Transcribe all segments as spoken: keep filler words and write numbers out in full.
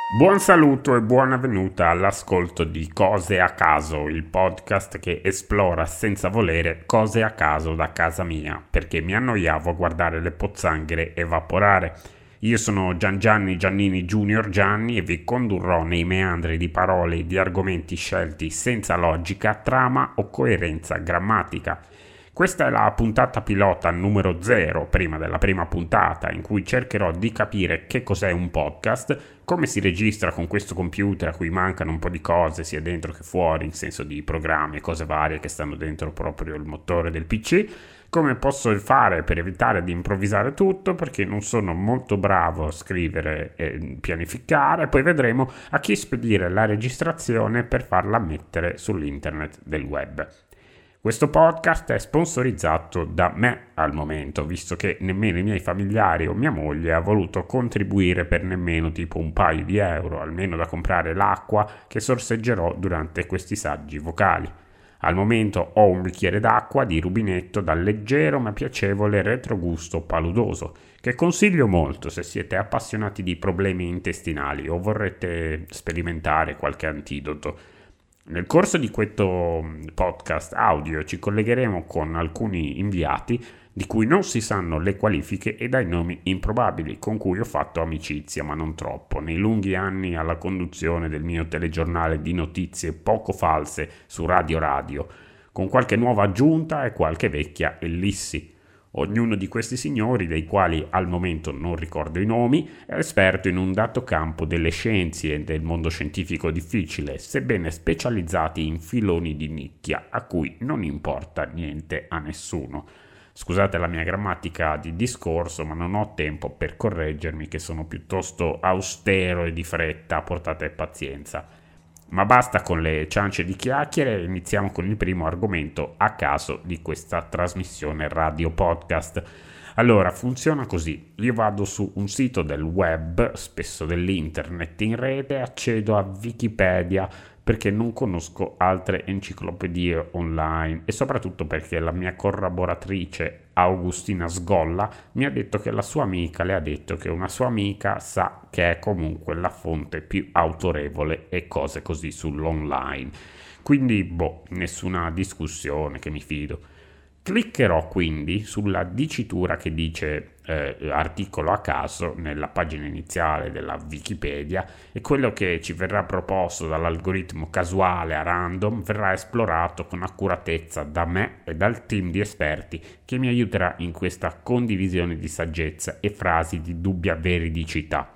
Buon saluto e buona venuta all'ascolto di Cose a caso, il podcast che esplora senza volere cose a caso da casa mia, perché mi annoiavo a guardare le pozzanghere evaporare. Io sono Gian Gianni Giannini Junior Gianni e vi condurrò nei meandri di parole e di argomenti scelti senza logica, trama o coerenza grammatica. Questa è la puntata pilota numero zero, prima della prima puntata, in cui cercherò di capire che cos'è un podcast, come si registra con questo computer a cui mancano un po' di cose sia dentro che fuori, in senso di programmi e cose varie che stanno dentro proprio il motore del P C, come posso fare per evitare di improvvisare tutto, perché non sono molto bravo a scrivere e pianificare, poi vedremo a chi spedire la registrazione per farla mettere sull'internet del web. Questo podcast è sponsorizzato da me al momento, visto che nemmeno i miei familiari o mia moglie ha voluto contribuire per nemmeno tipo un paio di euro, almeno da comprare l'acqua che sorseggerò durante questi saggi vocali. Al momento ho un bicchiere d'acqua di rubinetto dal leggero ma piacevole retrogusto paludoso, che consiglio molto se siete appassionati di problemi intestinali o vorrete sperimentare qualche antidoto. Nel corso di questo podcast audio ci collegheremo con alcuni inviati di cui non si sanno le qualifiche e dai nomi improbabili con cui ho fatto amicizia, ma non troppo, nei lunghi anni alla conduzione del mio telegiornale di notizie poco false su Radio Radio, con qualche nuova aggiunta e qualche vecchia ellissi. Ognuno di questi signori, dei quali al momento non ricordo i nomi, è esperto in un dato campo delle scienze e del mondo scientifico difficile, sebbene specializzati in filoni di nicchia a cui non importa niente a nessuno. Scusate la mia grammatica di discorso, ma non ho tempo per correggermi, che sono piuttosto austero e di fretta, portate pazienza. Ma basta con le ciance di chiacchiere, iniziamo con il primo argomento a caso di questa trasmissione radio podcast. Allora, funziona così: io vado su un sito del web, spesso dell'internet in rete, accedo a Wikipedia perché non conosco altre enciclopedie online e soprattutto perché la mia collaboratrice Augustina Sgolla mi ha detto che la sua amica le ha detto che una sua amica sa che è comunque la fonte più autorevole e cose così sull'online. Quindi, boh, nessuna discussione, che mi fido. Cliccherò quindi sulla dicitura che dice eh, articolo a caso nella pagina iniziale della Wikipedia e quello che ci verrà proposto dall'algoritmo casuale a random verrà esplorato con accuratezza da me e dal team di esperti che mi aiuterà in questa condivisione di saggezza e frasi di dubbia veridicità.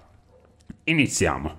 Iniziamo.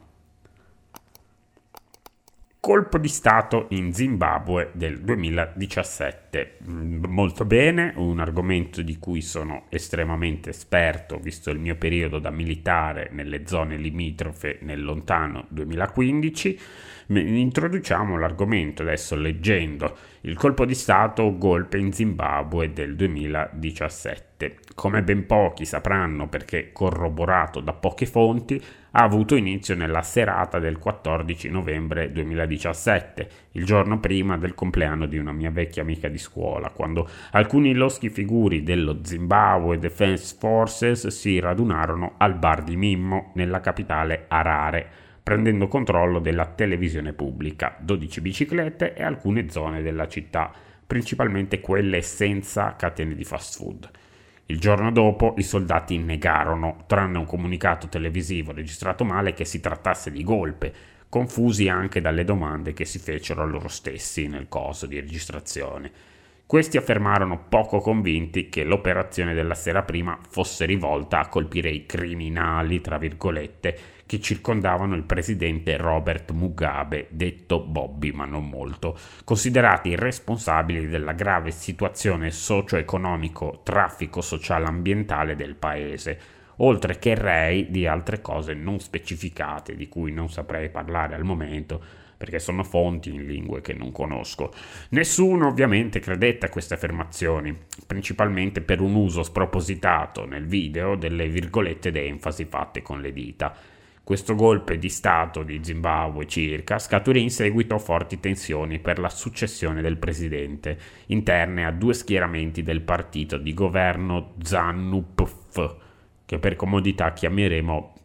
Colpo di Stato in Zimbabwe del duemiladiciassette. Molto bene, un argomento di cui sono estremamente esperto, visto il mio periodo da militare nelle zone limitrofe nel lontano duemilaquindici. Introduciamo l'argomento adesso leggendo il colpo di Stato golpe in Zimbabwe del duemiladiciassette. Come ben pochi sapranno, perché corroborato da poche fonti, ha avuto inizio nella serata del quattordici novembre duemiladiciassette, il giorno prima del compleanno di una mia vecchia amica di scuola, quando alcuni loschi figuri dello Zimbabwe Defense Forces si radunarono al bar di Mimmo, nella capitale Harare, prendendo controllo della televisione pubblica, dodici biciclette e alcune zone della città, principalmente quelle senza catene di fast food. Il giorno dopo i soldati negarono, tranne un comunicato televisivo registrato male, che si trattasse di golpe, confusi anche dalle domande che si fecero a loro stessi nel coso di registrazione. Questi affermarono poco convinti che l'operazione della sera prima fosse rivolta a colpire i criminali, tra virgolette, che circondavano il presidente Robert Mugabe, detto Bobby ma non molto, considerati responsabili della grave situazione socio-economico, traffico sociale ambientale del paese, oltre che rei di altre cose non specificate, di cui non saprei parlare al momento, perché sono fonti in lingue che non conosco. Nessuno ovviamente credette a queste affermazioni, principalmente per un uso spropositato nel video delle virgolette d'enfasi fatte con le dita. Questo golpe di stato di Zimbabwe circa scaturì in seguito a forti tensioni per la successione del presidente, interne a due schieramenti del partito di governo ZANU-P F, che per comodità chiameremo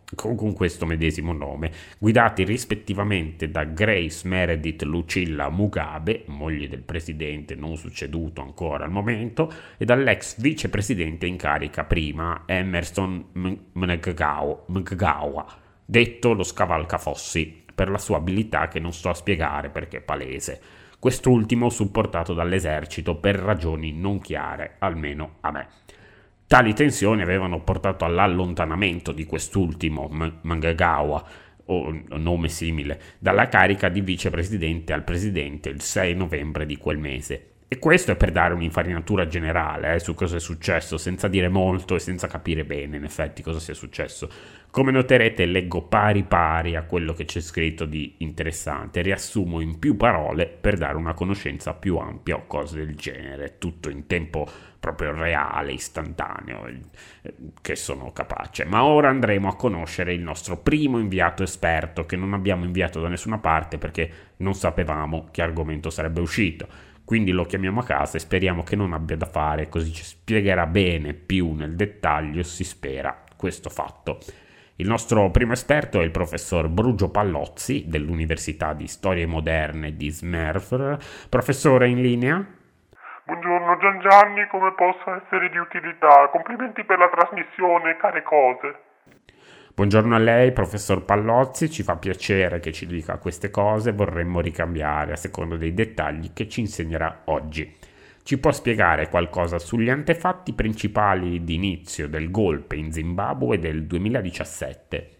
con, con questo medesimo nome, guidati rispettivamente da Grace Meredith Lucilla Mugabe, moglie del presidente non succeduto ancora al momento, e dall'ex vicepresidente in carica prima, Emerson Mnangagwa, Mnangagwa, detto lo scavalcafossi, per la sua abilità che non sto a spiegare perché è palese. Quest'ultimo supportato dall'esercito per ragioni non chiare, almeno a me. Tali tensioni avevano portato all'allontanamento di quest'ultimo, Mnangagwa, o nome simile, dalla carica di vicepresidente al presidente il sei novembre di quel mese. E questo è per dare un'infarinatura generale eh, su cosa è successo, senza dire molto e senza capire bene in effetti cosa sia successo. Come noterete leggo pari pari a quello che c'è scritto di interessante, riassumo in più parole per dare una conoscenza più ampia o cose del genere, tutto in tempo proprio reale, istantaneo, che sono capace. Ma ora andremo a conoscere il nostro primo inviato esperto che non abbiamo inviato da nessuna parte perché non sapevamo che argomento sarebbe uscito. Quindi lo chiamiamo a casa e speriamo che non abbia da fare, così ci spiegherà bene più nel dettaglio, si spera, questo fatto. Il nostro primo esperto è il professor Brugio Pallozzi dell'Università di Storie Moderne di Smerfer. Professore in linea? Buongiorno Gian Gianni, come posso essere di utilità? Complimenti per la trasmissione, care cose. Buongiorno a lei, professor Pallozzi, ci fa piacere che ci dica queste cose, vorremmo ricambiare a seconda dei dettagli che ci insegnerà oggi. Ci può spiegare qualcosa sugli antefatti principali di inizio del golpe in Zimbabwe del duemiladiciassette?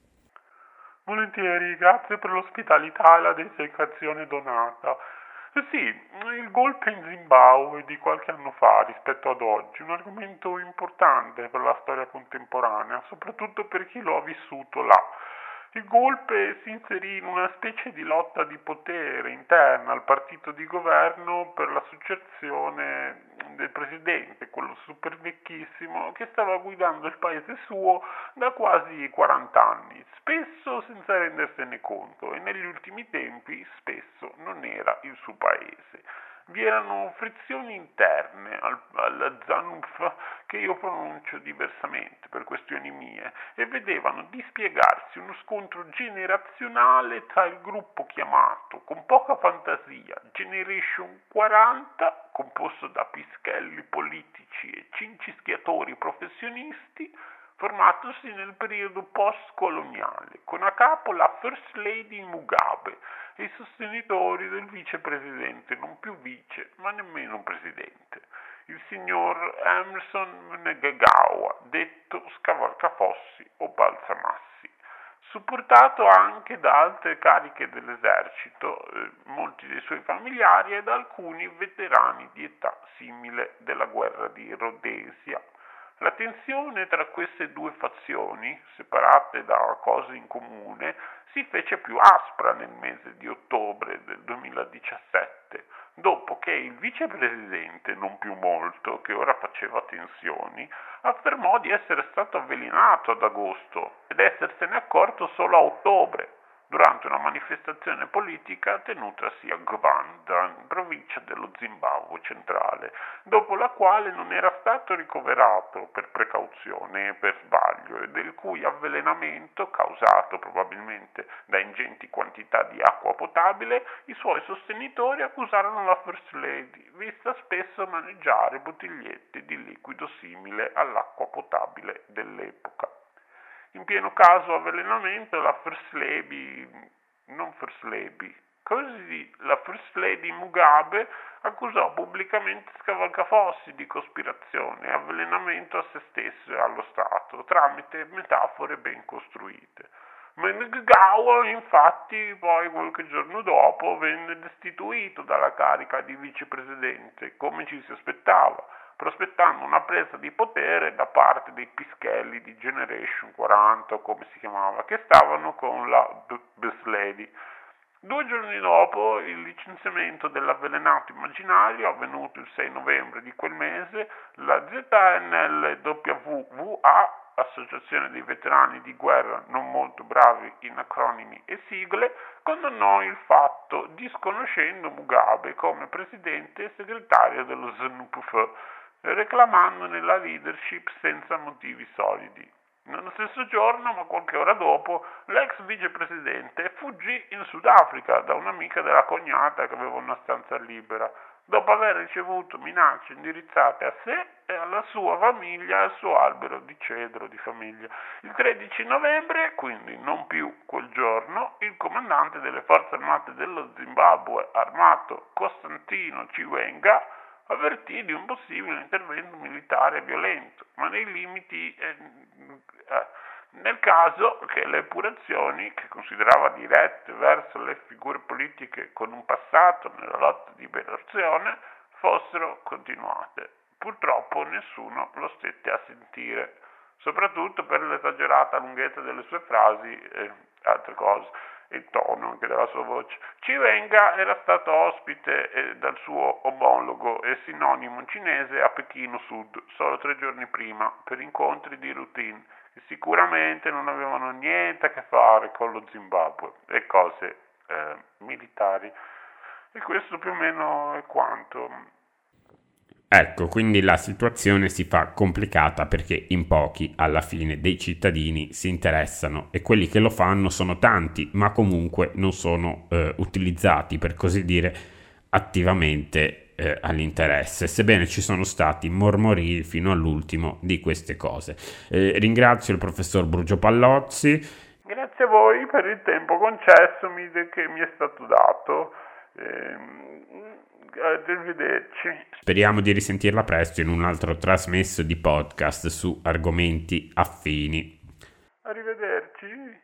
Volentieri, grazie per l'ospitalità e la desecrazione donata. Sì, il golpe in Zimbabwe di qualche anno fa rispetto ad oggi, un argomento importante per la storia contemporanea, soprattutto per chi lo ha vissuto là. Il golpe si inserì in una specie di lotta di potere interna al partito di governo per la successione del presidente, quello super vecchissimo, che stava guidando il paese suo da quasi quaranta anni, spesso senza rendersene conto, e negli ultimi tempi spesso non era il suo paese. Vi erano frizioni interne al, al ZANUF, che io pronuncio diversamente per questioni mie, e vedevano dispiegarsi uno scontro generazionale tra il gruppo chiamato, con poca fantasia, Generation quaranta, composto da pischelli politici e cincischiatori professionisti, formatosi nel periodo post-coloniale, con a capo la First Lady Mugabe e i sostenitori del vicepresidente, non più vice, ma nemmeno presidente, il signor Emerson Mnangagwa, detto scavalcafossi o balsamassi, supportato anche da altre cariche dell'esercito, eh, molti dei suoi familiari ed alcuni veterani di età simile della guerra di Rhodesia. La tensione tra queste due fazioni, separate da cose in comune, si fece più aspra nel mese di ottobre del duemiladiciassette, dopo che il vicepresidente, non più molto, che ora faceva tensioni, affermò di essere stato avvelenato ad agosto ed essersene accorto solo a ottobre, durante una manifestazione politica tenutasi a Gvanda, in provincia dello Zimbabwe centrale, dopo la quale non era stato ricoverato per precauzione e per sbaglio, e del cui avvelenamento, causato probabilmente da ingenti quantità di acqua potabile, i suoi sostenitori accusarono la First Lady, vista spesso maneggiare bottigliette di liquido simile all'acqua potabile dell'epoca. In pieno caso avvelenamento, la First Lady, non First Lady, così la First Lady Mugabe accusò pubblicamente Scavalcafossi di cospirazione e avvelenamento a se stesso e allo Stato, tramite metafore ben costruite. Mnangagwa, infatti, poi qualche giorno dopo venne destituito dalla carica di vicepresidente, come ci si aspettava, prospettando una presa di potere da parte dei pischelli di Generation quaranta, o come si chiamava, che stavano con la First Lady. Due giorni dopo il licenziamento dell'avvelenato immaginario, avvenuto il sei novembre di quel mese, la Z N L W W A, Associazione dei Veterani di Guerra non molto bravi in acronimi e sigle, condannò il fatto, disconoscendo Mugabe come presidente e segretario dello ZANU-P F, reclamandone la leadership senza motivi solidi. Nello stesso giorno, ma qualche ora dopo, l'ex vicepresidente fuggì in Sudafrica da un'amica della cognata che aveva una stanza libera, dopo aver ricevuto minacce indirizzate a sé e alla sua famiglia e al suo albero di cedro di famiglia. Il tredici novembre, quindi non più quel giorno, il comandante delle forze armate dello Zimbabwe, armato Costantino Chiwenga, avvertì di un possibile intervento militare violento, ma nei limiti eh, eh, nel caso che le epurazioni, che considerava dirette verso le figure politiche con un passato nella lotta di liberazione, fossero continuate. Purtroppo nessuno lo stette a sentire, soprattutto per l'esagerata lunghezza delle sue frasi e altre cose, e il tono anche della sua voce. Chiwenga era stato ospite eh, dal suo omologo e sinonimo cinese a Pechino Sud solo tre giorni prima per incontri di routine che sicuramente non avevano niente a che fare con lo Zimbabwe e cose eh, militari. E questo più o meno è quanto. Ecco, quindi la situazione si fa complicata perché in pochi, alla fine, dei cittadini si interessano e quelli che lo fanno sono tanti, ma comunque non sono eh, utilizzati, per così dire, attivamente eh, all'interesse, sebbene ci sono stati mormorii fino all'ultimo di queste cose. Eh, ringrazio il professor Burgio Pallozzi. Grazie a voi per il tempo concessomi che mi è stato dato. Eh, Arrivederci. Speriamo di risentirla presto in un altro trasmesso di podcast su argomenti affini. Arrivederci.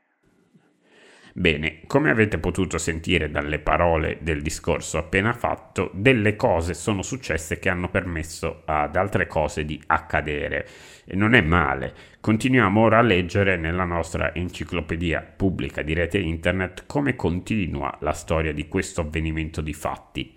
Bene, come avete potuto sentire dalle parole del discorso appena fatto, delle cose sono successe che hanno permesso ad altre cose di accadere. E non è male. Continuiamo ora a leggere nella nostra enciclopedia pubblica di rete internet come continua la storia di questo avvenimento di fatti.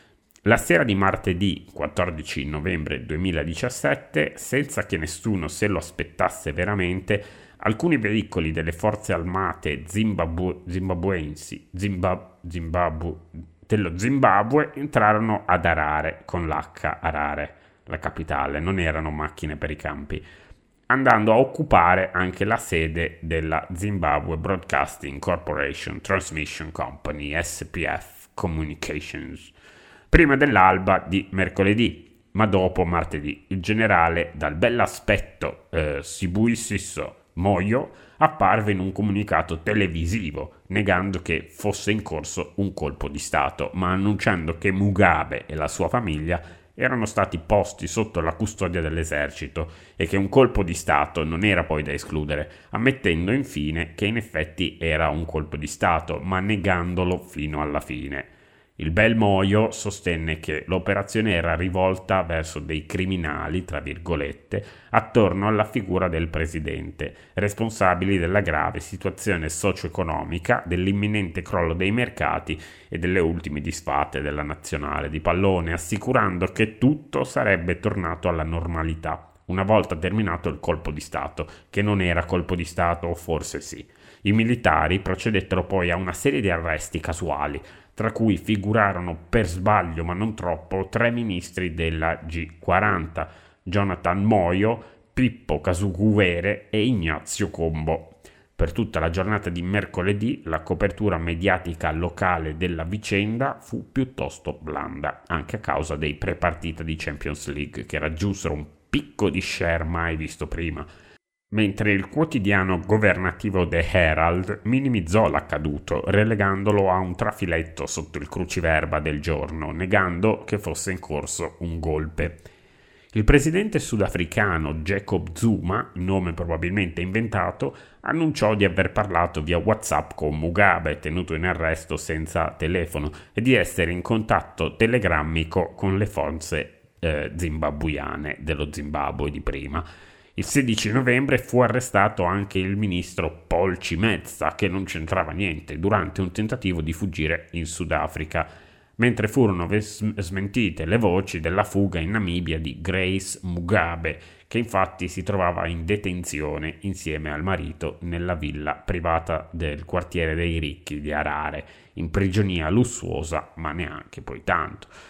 La sera di martedì quattordici novembre duemiladiciassette, senza che nessuno se lo aspettasse veramente, alcuni veicoli delle forze armate zimbabwe, zimbabuensi Zimbab, Zimbabwe, dello Zimbabwe entrarono ad Harare, con l'H, Harare, la capitale, non erano macchine per i campi, andando a occupare anche la sede della Zimbabwe Broadcasting Corporation Transmission Company, S P F Communications, prima dell'alba di mercoledì, ma dopo martedì. Il generale, dal bell'aspetto eh, Sibuisiso Moyo, apparve in un comunicato televisivo, negando che fosse in corso un colpo di Stato, ma annunciando che Mugabe e la sua famiglia erano stati posti sotto la custodia dell'esercito e che un colpo di Stato non era poi da escludere, ammettendo infine che in effetti era un colpo di Stato, ma negandolo fino alla fine. Il bel Moyo sostenne che l'operazione era rivolta verso dei criminali, tra virgolette, attorno alla figura del presidente, responsabili della grave situazione socio-economica, dell'imminente crollo dei mercati e delle ultime disfatte della nazionale di pallone, assicurando che tutto sarebbe tornato alla normalità una volta terminato il colpo di Stato, che non era colpo di Stato o forse sì. I militari procedettero poi a una serie di arresti casuali, tra cui figurarono per sbaglio, ma non troppo, tre ministri della G quaranta, Jonathan Moyo, Pippo Casuguvere e Ignazio Combo. Per tutta la giornata di mercoledì la copertura mediatica locale della vicenda fu piuttosto blanda, anche a causa dei pre-partita di Champions League che raggiunsero un picco di share mai visto prima, mentre il quotidiano governativo The Herald minimizzò l'accaduto, relegandolo a un trafiletto sotto il cruciverba del giorno, negando che fosse in corso un golpe. Il presidente sudafricano Jacob Zuma, nome probabilmente inventato, annunciò di aver parlato via WhatsApp con Mugabe, tenuto in arresto senza telefono, e di essere in contatto telegrammico con le forze eh, zimbabuiane dello Zimbabwe di prima. Il sedici novembre fu arrestato anche il ministro Paul Cimezza, che non c'entrava niente, durante un tentativo di fuggire in Sudafrica, mentre furono ves- smentite le voci della fuga in Namibia di Grace Mugabe, che infatti si trovava in detenzione insieme al marito nella villa privata del quartiere dei ricchi di Harare, in prigionia lussuosa, ma neanche poi tanto.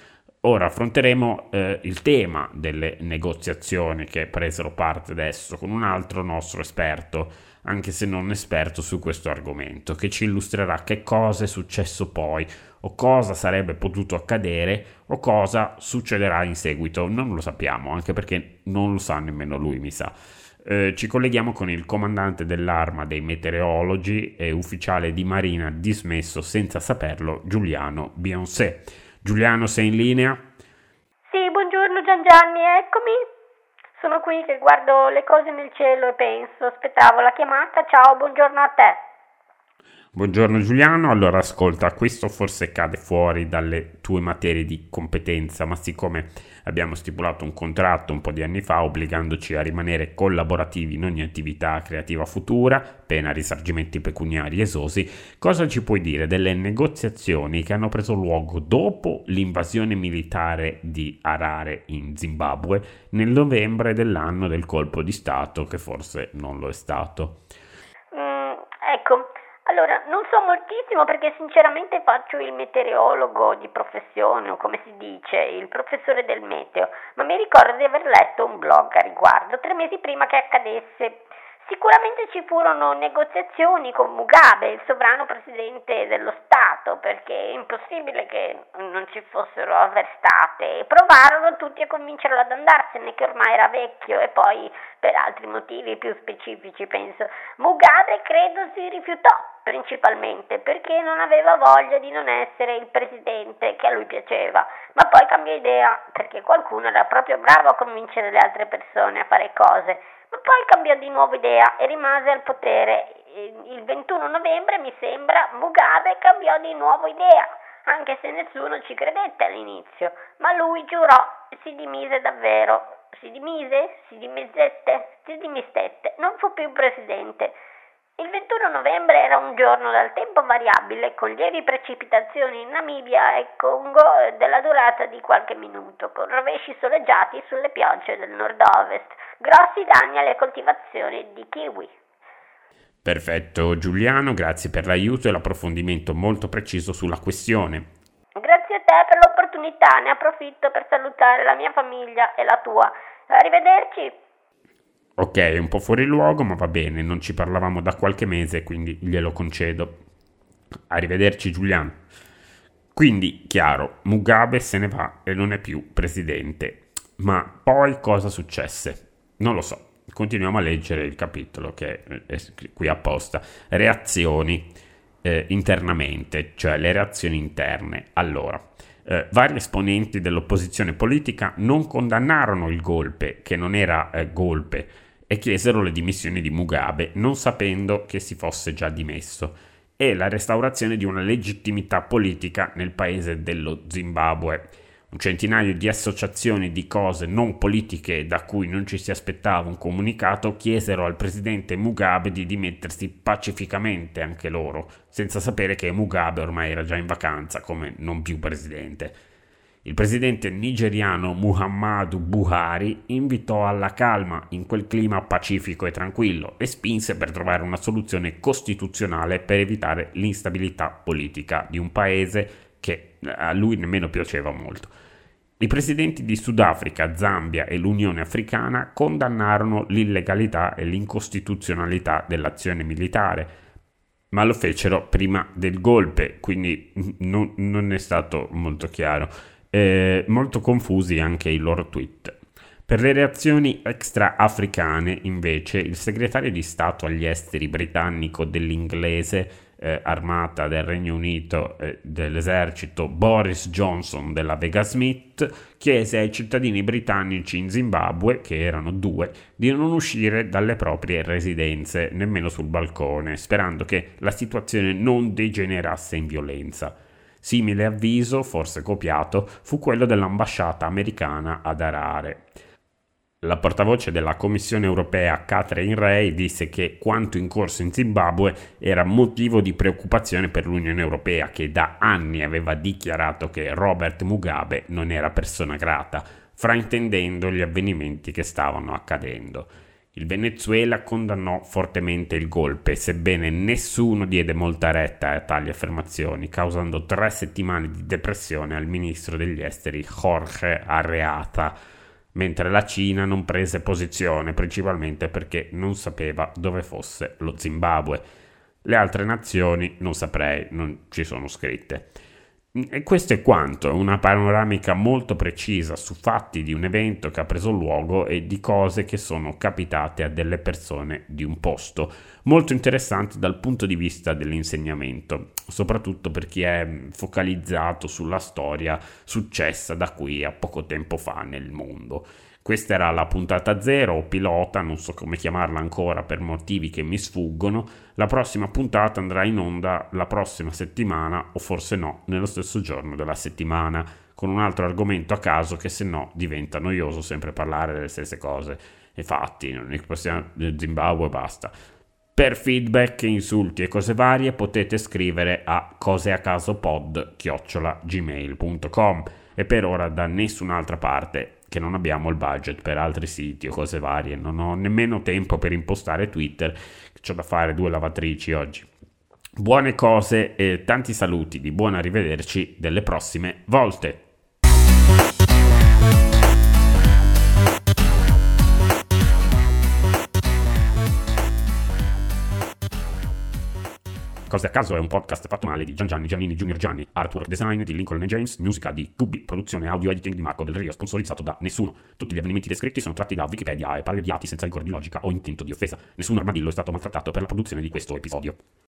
Ora affronteremo eh, il tema delle negoziazioni che presero parte adesso con un altro nostro esperto, anche se non esperto su questo argomento, che ci illustrerà che cosa è successo poi, o cosa sarebbe potuto accadere, o cosa succederà in seguito. Non lo sappiamo, anche perché non lo sa nemmeno lui, mi sa. Eh, ci colleghiamo con il comandante dell'Arma dei Meteorologi e ufficiale di Marina dismesso senza saperlo, Giuliano Beyoncé. Giuliano, sei in linea? Sì, buongiorno Gian Gianni, eccomi. Sono qui che guardo le cose nel cielo e penso, aspettavo la chiamata, ciao, buongiorno a te. Buongiorno Giuliano, allora ascolta, questo forse cade fuori dalle tue materie di competenza, ma siccome abbiamo stipulato un contratto un po' di anni fa obbligandoci a rimanere collaborativi in ogni attività creativa futura, pena risarcimenti pecuniari esosi, cosa ci puoi dire delle negoziazioni che hanno preso luogo dopo l'invasione militare di Harare in Zimbabwe nel novembre dell'anno del colpo di Stato, che forse non lo è stato? Mm, ecco... Allora, non so moltissimo perché sinceramente faccio il meteorologo di professione, o come si dice, il professore del meteo, ma mi ricordo di aver letto un blog a riguardo, tre mesi prima che accadesse. Sicuramente ci furono negoziazioni con Mugabe, il sovrano presidente dello Stato, perché è impossibile che non ci fossero aver state, e provarono tutti a convincerlo ad andarsene, che ormai era vecchio, e poi per altri motivi più specifici, penso. Mugabe credo si rifiutò, principalmente perché non aveva voglia di non essere il presidente che a lui piaceva, ma poi cambiò idea perché qualcuno era proprio bravo a convincere le altre persone a fare cose, ma poi cambiò di nuovo idea e rimase al potere. Il ventuno novembre, mi sembra, Mugabe cambiò di nuovo idea, anche se nessuno ci credette all'inizio, ma lui giurò e si dimise davvero. Si dimise? Si dimisette? Si dimistette, non fu più presidente. Il ventuno novembre era un giorno dal tempo variabile, con lievi precipitazioni in Namibia e Congo della durata di qualche minuto, con rovesci soleggiati sulle piogge del nord-ovest, grossi danni alle coltivazioni di kiwi. Perfetto Giuliano, grazie per l'aiuto e l'approfondimento molto preciso sulla questione. Grazie a te per l'opportunità, ne approfitto per salutare la mia famiglia e la tua. Arrivederci. Ok, è un po' fuori luogo, ma va bene, non ci parlavamo da qualche mese, quindi glielo concedo. Arrivederci Giuliano. Quindi, chiaro, Mugabe se ne va e non è più presidente. Ma poi cosa successe? Non lo so. Continuiamo a leggere il capitolo che è qui apposta. Reazioni eh, internamente, cioè le reazioni interne. Allora, eh, vari esponenti dell'opposizione politica non condannarono il golpe, che non era eh, golpe, e chiesero le dimissioni di Mugabe, non sapendo che si fosse già dimesso, e la restaurazione di una legittimità politica nel paese dello Zimbabwe. Un centinaio di associazioni di cose non politiche da cui non ci si aspettava un comunicato chiesero al presidente Mugabe di dimettersi pacificamente anche loro, senza sapere che Mugabe ormai era già in vacanza come non più presidente. Il presidente nigeriano Muhammadu Buhari invitò alla calma in quel clima pacifico e tranquillo e spinse per trovare una soluzione costituzionale per evitare l'instabilità politica di un paese che a lui nemmeno piaceva molto. I presidenti di Sudafrica, Zambia e l'Unione Africana condannarono l'illegalità e l'incostituzionalità dell'azione militare, ma lo fecero prima del golpe, quindi non, non è stato molto chiaro. Eh, molto confusi anche i loro tweet. Per le reazioni extra-africane, invece, il segretario di Stato agli esteri britannico dell'inglese eh, armata del Regno Unito e dell'esercito Boris Johnson della Vega Smith chiese ai cittadini britannici in Zimbabwe, che erano due, di non uscire dalle proprie residenze, nemmeno sul balcone, sperando che la situazione non degenerasse in violenza. Simile avviso, forse copiato, fu quello dell'ambasciata americana ad Harare. La portavoce della Commissione europea Catherine Ray disse che quanto in corso in Zimbabwe era motivo di preoccupazione per l'Unione Europea, che da anni aveva dichiarato che Robert Mugabe non era persona grata, fraintendendo gli avvenimenti che stavano accadendo. Il Venezuela condannò fortemente il golpe, sebbene nessuno diede molta retta a tali affermazioni, causando tre settimane di depressione al ministro degli esteri Jorge Arreata, mentre la Cina non prese posizione, principalmente perché non sapeva dove fosse lo Zimbabwe. Le altre nazioni non saprei, non ci sono scritte. E questo è quanto, una panoramica molto precisa su fatti di un evento che ha preso luogo e di cose che sono capitate a delle persone di un posto, molto interessanti dal punto di vista dell'insegnamento, soprattutto per chi è focalizzato sulla storia successa da qui a poco tempo fa nel mondo. Questa era la puntata zero o pilota, non so come chiamarla ancora per motivi che mi sfuggono. La prossima puntata andrà in onda la prossima settimana, o forse no, nello stesso giorno della settimana, con un altro argomento a caso che se no diventa noioso sempre parlare delle stesse cose. E fatti, non è che possiamo Zimbabwe e basta. Per feedback, insulti e cose varie potete scrivere a coseacasopod chiocciola gmail punto com e per ora da nessun'altra parte, che non abbiamo il budget per altri siti o cose varie, non ho nemmeno tempo per impostare Twitter, che c'ho da fare due lavatrici oggi. Buone cose e tanti saluti di buon arrivederci delle prossime volte. Cose a caso è un podcast fatto male di Gian Gianni Giannini Junior Gianni, artwork design di Lincoln James, musica di Tubi, produzione audio editing di Marco Del Rio, sponsorizzato da nessuno. Tutti gli avvenimenti descritti sono tratti da Wikipedia e parodiati senza rigore di logica o intento di offesa. Nessun armadillo è stato maltrattato per la produzione di questo episodio.